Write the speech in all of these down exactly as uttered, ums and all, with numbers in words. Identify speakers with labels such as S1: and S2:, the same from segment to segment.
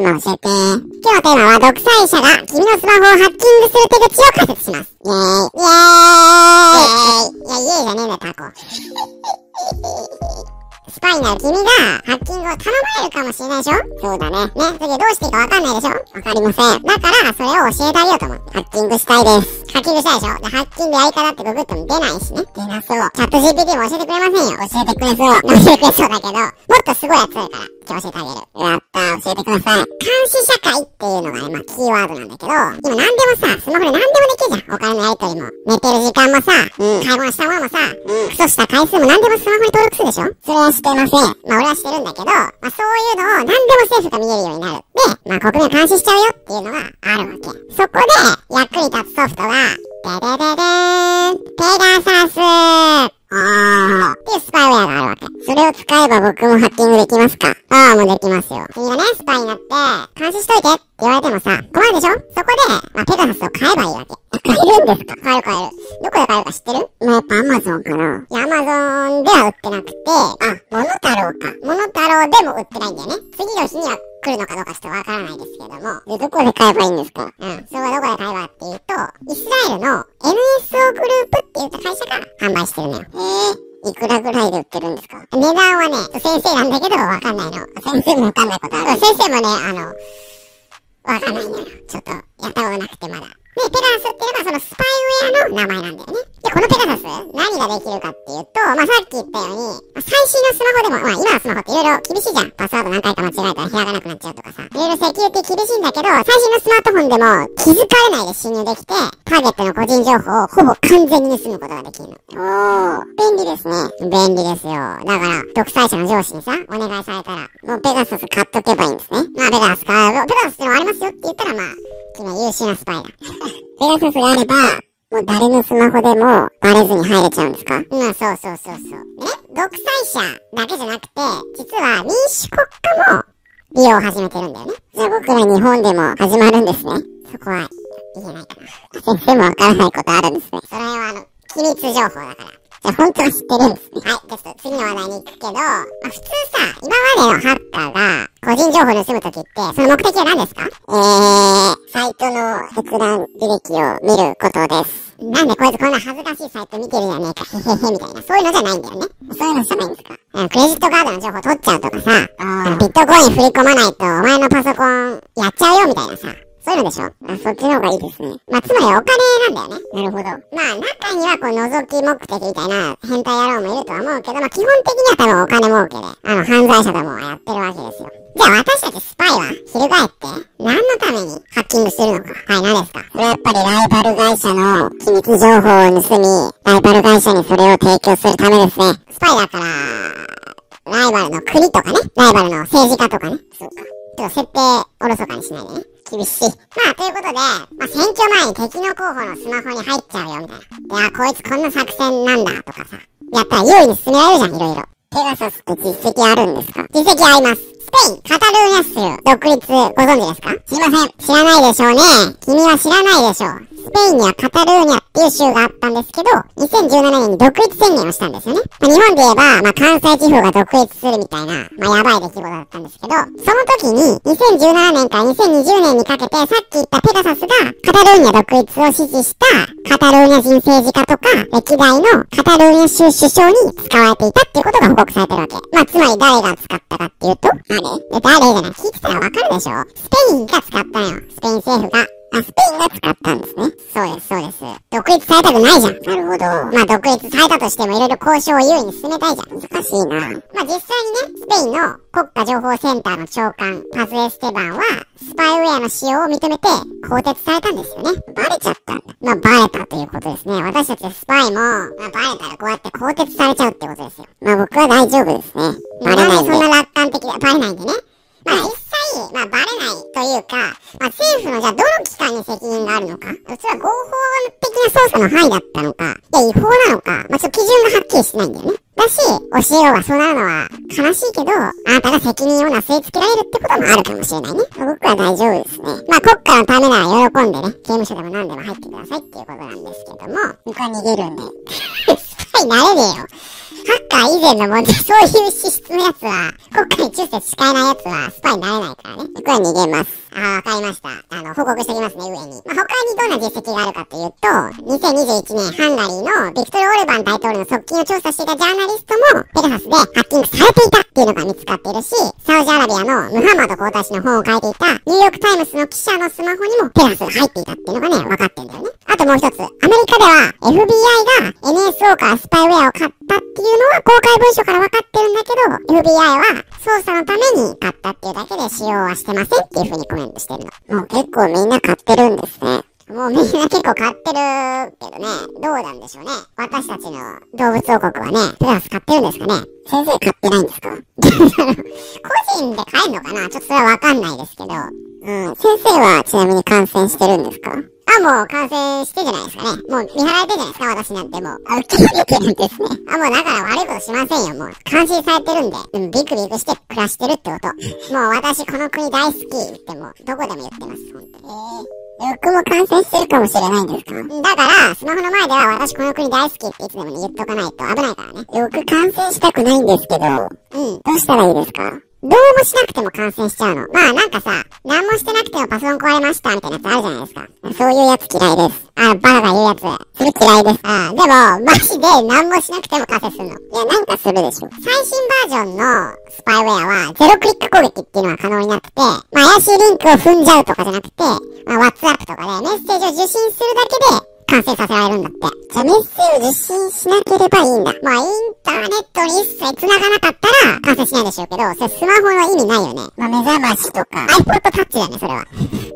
S1: マ教えて。今日のテーマは独裁者が君のスマホをハッキングする手口を解説します。イェーイ。イェーイ。イェーイ。いや、イェーイじゃねえんだよ、タコ。スパイになる君がハッキングを頼まれるかもしれないでしょ。そうだね。ね、次どうしていいかわかんないでしょ。わかりません。だからそれを教えてあげようと思って。ハッキングしたいです。ハッキングしたいでしょ。で、ハッキングやり方ってググっても出ないしね。出なそう。チャット ジーピーティー も教えてくれませんよ。教えてくれそう。教えてくれそうだけど、もっとすごいやつだから、今日教えてあげる。やったー、教えてください。監視社会っていうのがね、まあ、キーワードなんだけど、今何でもさ、スマホで何でもできるじゃん。お金のやり取りも。寝てる時間もさ、うん、買い物したものもさ、うん、クソした回数も何でもスマホに登録するでしょ。それはしてません。まあ、俺はしてるんだけど、まあ、そういうのを何でも政府が見えるようになる。で、まあ、国民を監視しちゃうよっていうのがあるわけ。そこで、役に立つソフトが、ででででーん、ペガサスあーっていうスパイウェアがあるわけ。それを使えば僕もハッキングできますか？ああ、もうできますよ。君がね、スパイになって、監視しといてって言われてもさ、困るでしょ？そこで、まあ、ペガサスを買えばいいわけ。買えるんですか？買える買える。どこで買えるか知ってる？まあ、やっぱアマゾンかな。いや、アマゾンでは売ってなくて、あ、モノタロウか。モノタロウでも売ってないんだよね。次の日には来るのかどうかちょっとわからないですけども。で、どこで買えばいいんですか？うん。それはどこで買えばっていうと、イスラエルの エヌエスオー グループっていう会社が販売してるのよ。へー。いくらぐらいで売ってるんですか？値段はね、先生なんだけどわかんないの。先生もわかんないことある。先生もね、あの、わかんないのよ。ちょっと、やったことなくてまだ。で、ペガサスっていうのがそのスパイウェアの名前なんだよね。で、このペガサス、何ができるかっていうと、まあ、さっき言ったように、まあ、最新のスマホでも、まあ、今のスマホっていろいろ厳しいじゃん。パスワード何回か間違えたら開かなくなっちゃうとかさ。いろいろセキュリティ厳しいんだけど、最新のスマートフォンでも気づかれないで侵入できて、ターゲットの個人情報をほぼ完全に盗むことができるの。おー、便利ですね。便利ですよ。だから、独裁者の上司にさ、お願いされたら、もうペガサス買っとけばいいんですね。まあ、ペガサス買う。ペガサスってのもありますよって言ったら、まあ、君は優秀なスパイだ。ペガサスがあれば、もう誰のスマホでもバレずに入れちゃうんですか？うん、そうそうそうそう。ね、独裁者だけじゃなくて、実は民主国家も利用を始めてるんだよね。じゃあ僕ら日本でも始まるんですね。そこは言えないかな。先生もわからないことあるんですね。それはあの、機密情報だから。じゃあ本当は知ってるんですね。はい、じゃあちょっと次の話題に行くけど、まあ、普通さ、今までのハッカーが個人情報を盗むときって、その目的は何ですか？えー、サイトの閲覧履歴を見ることです。なんでこいつこんな恥ずかしいサイト見てるじゃねえか、へへへみたいな。そういうのじゃないんだよね。そういうのじゃないんですか？うん、クレジットカードの情報取っちゃうとかさ、ビットコイン振り込まないとお前のパソコンやっちゃうよみたいなさ。そういうのでしょ？あ、そっちの方がいいですね。まあ、つまりお金なんだよね。なるほど。まあ、中にはこう覗き目的みたいな変態野郎もいるとは思うけど、まあ、基本的には多分お金儲けで、あの、犯罪者どもはやってるわけですよ。じゃあ私たちスパイは、翻って何のためにハッキングするのか。はい、何ですか？それはやっぱりライバル会社の機密情報を盗み、ライバル会社にそれを提供するためですね。スパイだから、ライバルの国とかね、ライバルの政治家とかね。そうか。ちょっと設定おろそかにしないでね。厳しい。まあ、ということで、まあ、選挙前に敵の候補のスマホに入っちゃうよ、みたいな。いや、こいつこんな作戦なんだ、とかさ。やったら優位に進められるじゃん、いろいろ。ペガサスって実績あるんですか？実績あります。スペイン、カタルーニャ州、独立、ご存知ですか？すいません。知らないでしょうね。君は知らないでしょう。スペインにはカタルーニャっていう州があったんですけど、にせんじゅうななねんに独立宣言をしたんですよね。まあ、日本で言えば、まあ、関西地方が独立するみたいな、まあ、やばい出来事だったんですけど、その時に、にせんじゅうななねんからにせんにじゅうねんにかけて、さっき言ったペガサスが、カタルーニャ独立を支持した、カタルーニャ人政治家とか、歴代のカタルーニャ州首相に使われていたっていうことが報告されてるわけ。まあ、つまり誰が使ったかっていうと、あれで誰じゃない聞いてたらわかるでしょ？スペインが使ったのよ。スペイン政府が。あ、スペインが使ったんですね。そうです、そうです。独立されたくないじゃん。なるほど。まあ、独立されたとしてもいろいろ交渉を優位に進めたいじゃん。難しいな。まあ、実際にね、スペインの国家情報センターの長官、パズエステバンは、スパイウェアの使用を認めて、更迭されたんですよね。バレちゃったんだ。まあ、バレたということですね。私たちスパイも、まあ、バレたらこうやって更迭されちゃうってことですよ。まあ、僕は大丈夫ですね。バレないんで。なんでそんな楽観的で、バレないんでね。まあ、実際、まあ、バレないというか、まあ、政府のじゃあどの機関に責任があるのか、それは合法的な捜査の範囲だったのか、いや、違法なのか、まあ、ちょっと基準がはっきりしないんだよね。だし、教えようがそうなるのは悲しいけど、あなたが責任をなすりつけられるってこともあるかもしれないね。僕は大丈夫ですね。まあ、国家のためなら喜んでね、刑務所でも何でも入ってくださいっていうことなんですけども、僕は逃げるんで。スパイなれねえよ。ハッカー以前の問題、そういう資質のやつは、国家に忠誠誓えないやつは、スパイになれないからね。これは逃げます。ああ、わかりました。あの、報告しておきますね、上に。まあ、他にどんな実績があるかというと、にせんにじゅういちねん、ハンガリーのビクトル・オルバン大統領の側近を調査していたジャーナリストも、ペガサスでハッキングされていたっていうのが見つかっているし、サウジアラビアのムハンマド皇太子の本を書いていた、ニューヨークタイムズの記者のスマホにもペガサスが入っていたっていうのがね、分かってんだよね。あともう一つ、アメリカでは エフビーアイ が エヌエスオー からスパイウェアを買ったっていうのは公開文書から分かってるんだけど、エフビーアイ は捜査のために買ったっていうだけで使用はしてませんっていう風にコメントしてるの。もう結構みんな買ってるんですね。もうみんな結構買ってるけどね、どうなんでしょうね。私たちの動物王国はね、ペガサス買ってるんですかね。先生買ってないんですか個人で買えんのかな、ちょっとそれはわかんないですけど。うん、先生はちなみに感染してるんですか？あ、もう感染してじゃないですかね。もう見張られてじゃないですか、私なんてもう。あ、受け入れてるんですね。あ、もうだから悪いことしませんよ、もう。監視されてるんで。でもビクビクして暮らしてるってこと。もう私この国大好きってもう、どこでも言ってます、ほんとに。えー。僕も感染してるかもしれないんですか？だから、スマホの前では私この国大好きっていつでも言っとかないと危ないからね。僕感染したくないんですけど。うん。どうしたらいいですか？どうもしなくても感染しちゃうの。まあなんかさ、何もしてなくてもパソコン壊れましたみたいなやつあるじゃないですか。そういうやつ嫌いです。あ、バカが言うやつ。それ嫌いです。あ、でも、マジで何もしなくても感染するの。いや、なんかするでしょ。最新バージョンのスパイウェアは、ゼロクリック攻撃っていうのが可能になってて、まあ怪しいリンクを踏んじゃうとかじゃなくて、まあ WhatsApp とかでメッセージを受信するだけで、完成させられるんだって。じゃあメッセージを受信しなければいいんだ。まあインターネットに一切繋がなかったら完成しないでしょうけど、それスマホの意味ないよね。まあ目覚ましとか。iPod Touch だよね、それは。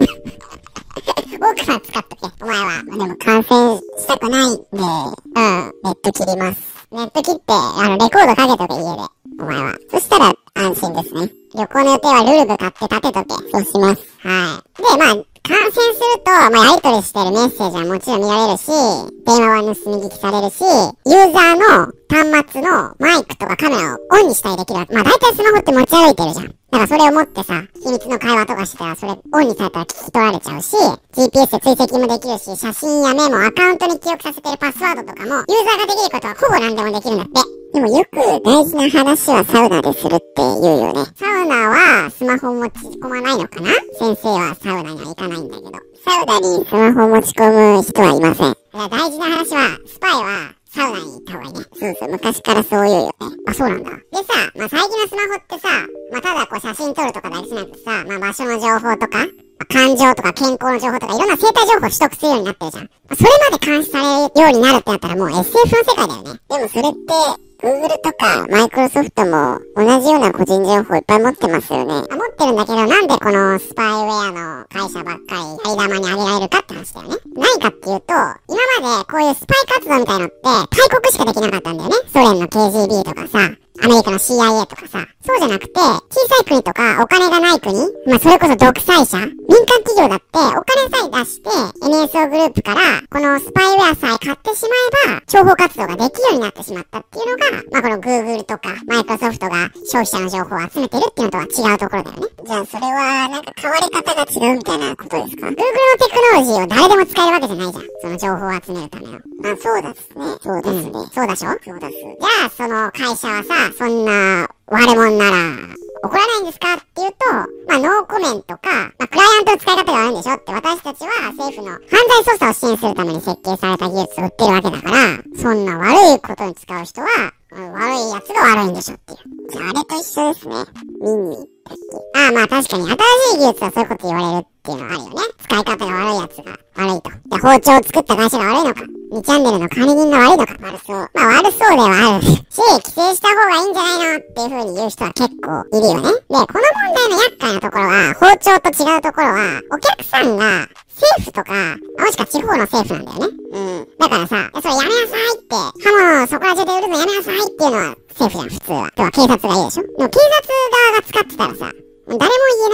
S1: 奥さん使っとけ、お前は。でも感染したくないんで、うん、ネット切ります。ネット切って、あの、レコードかけとけ、家で。お前は。そしたら安心ですね。旅行の予定はルルブ買って立てとけ。そうします。はい。で、まあ、感染すると、まあ、やり取りしてるメッセージはもちろん見られるし、電話は盗み聞きされるし、ユーザーの端末のマイクとかカメラをオンにしたりできるわけ。まあ、大体スマホって持ち歩いてるじゃん。だからそれを持ってさ、秘密の会話とかしたらそれオンにされたら聞き取られちゃうし、ジーピーエス で追跡もできるし、写真やメモ、アカウントに記憶させてるパスワードとかも、ユーザーができることはほぼ何でもできるんだって。でもよく大事な話はサウナでするって言うよね。サウナはスマホ持ち込まないのかな？先生はサウナには行かないんだけど。サウナにスマホ持ち込む人はいません。大事な話は、スパイはサウナに行った方がいいね。そうそう、昔からそう言うよね。あ、そうなんだ。でさ、まあ、最近のスマホってさ、まあ、ただこう写真撮るとかだけじゃなくてさ、まあ、場所の情報とか、感情とか健康の情報とかいろんな生態情報を取得するようになってるじゃん。それまで監視されるようになるってなったらもう エスエフ の世界だよね。でもそれって、Google とか Microsoft も同じような個人情報いっぱい持ってますよね。あ、持ってるんだけどなんでこのスパイウェアの会社ばっかりやり玉にあげられるかって話だよね。何かっていうと、今までこういうスパイ活動みたいのって大国しかできなかったんだよね。ソ連の ケージービー とかさ、アメリカの シーアイエー とかさ、そうじゃなくて、小さい国とかお金がない国、まあそれこそ独裁者、民間企業だってお金さえ出して エヌエスオー グループからこのスパイウェアさえ買ってしまえば、諜報活動ができるようになってしまったっていうのが、まあこの Google とか Microsoft が消費者の情報を集めてるっていうのとは違うところだよね。じゃあそれはなんか変わり方が違うみたいなことですか？ Google のテクノロジーを誰でも使えるわけじゃないじゃん。その情報を集めるための。まあそうですね。そうですね。うん、そうでしょ？そうです。じゃあその会社はさ、そんな悪者なら怒らないんですかって言うと、まあノーコメントか、まあクライアントの使い方があるんでしょって、私たちは政府の犯罪捜査を支援するために設計された技術を売ってるわけだから、そんな悪いことに使う人は、うん、悪い奴が悪いんでしょっていう。じゃああれと一緒ですね。ミンミだっけ。ああまあ確かに新しい技術はそういうこと言われるっていうのはあるよね。使い方が悪い奴が悪いと。で、包丁を作った会社が悪いのか。にチャンネルの管理人が悪いのか。悪そう。まあ悪そうではあるし、規制した方がいいんじゃないのっていう風に言う人は結構いるよね。で、この問題の厄介なところは、包丁と違うところは、お客さんが政府とか、もしくは地方の政府なんだよね。うん。だからさ、それやめなさいって、刃物をそこら中で売るのやめなさいっていうのは政府じゃん、普通は。では警察がいいでしょ。でも警察側が使ってたらさ、誰も言えないじゃん。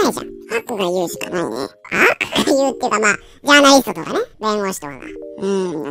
S1: 悪が言うしかないね。悪が言うっていうかまあ、ジャーナリストとかね、弁護士とかが。うん、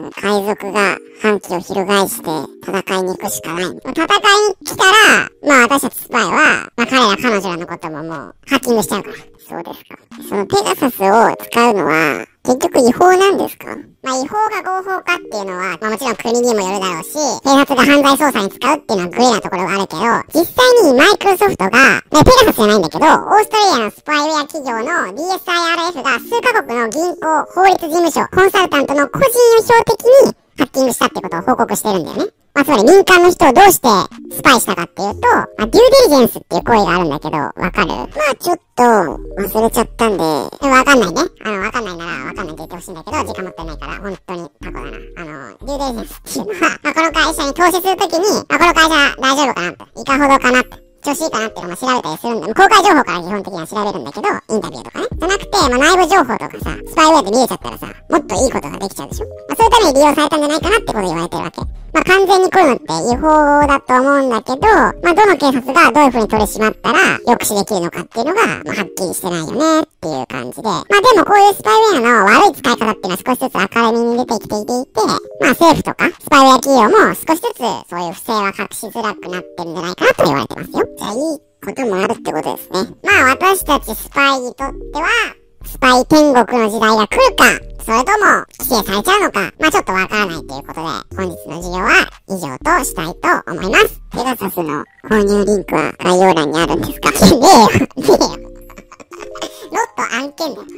S1: 海賊が反旗を翻して戦いに行くしかない。戦いに来たら、まあ私たちスパイは、まあ彼ら彼女らのことももうハッキングしちゃうから。そうですか。そのペガサスを使うのは、結局違法なんですか？まあ違法か合法かっていうのは、まあもちろん国にもよるだろうし、警察が犯罪捜査に使うっていうのはグレーなところがあるけど、実際にマイクロソフトが、ね、ペガサスじゃないんだけど、オーストラリアのスパイウェア企業の ディーエスアイアールエフ が数カ国の銀行、法律事務所、コンサルタントの個人を標的にハッキングしたってことを報告してるんだよね。まあつまり民間の人をどうしてスパイしたかっていうと、まあ、デューデリジェンスっていう行為があるんだけど、わかる？まあちょっと忘れちゃったんで、わかんないね。あの、わかんないならわかんないって言ってほしいんだけど、時間もったいないから、本当にタコだな。あの、デューデリジェンスっていうのは、まあこの会社に投資するときに、まあこの会社大丈夫かなって、いかほどかなって。調子いいかなっていうのも調べたりするんで、公開情報から基本的には調べるんだけど、インタビューとかね。じゃなくて、まあ内部情報とかさ、スパイウェアで見えちゃったらさ、もっといいことができちゃうでしょ。まあそういうために利用されたんじゃないかなってこと言われてるわけ。まあ完全にこういうのって違法だと思うんだけど、まあどの警察がどういう風に取り締まったら抑止できるのかっていうのが、まあはっきりしてないよねっていう感じで。まあでもこういうスパイウェアの悪い使い方っていうのは少しずつ明るみに出てきていていて、まあ政府とかスパイウェア企業も少しずつそういう不正は隠しづらくなってるんじゃないかなと言われてますよ。じゃあいいこともあるってことですね。まあ私たちスパイにとっては、スパイ天国の時代が来るか、それとも規制されちゃうのか、まあちょっとわからないということで、本日の授業は以上としたいと思います。ペガサスの購入リンクは概要欄にあるんですか？ねえよ、ねえよ。ロット案件だよ。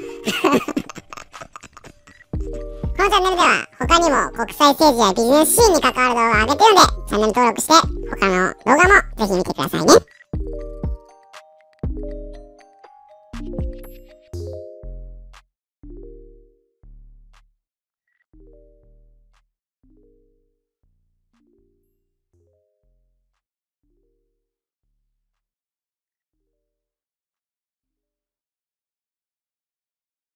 S1: このチャンネルでは他にも国際政治やビジネスシーンに関わる動画を上げているので、チャンネル登録して他の動画もぜひ見てくださいね。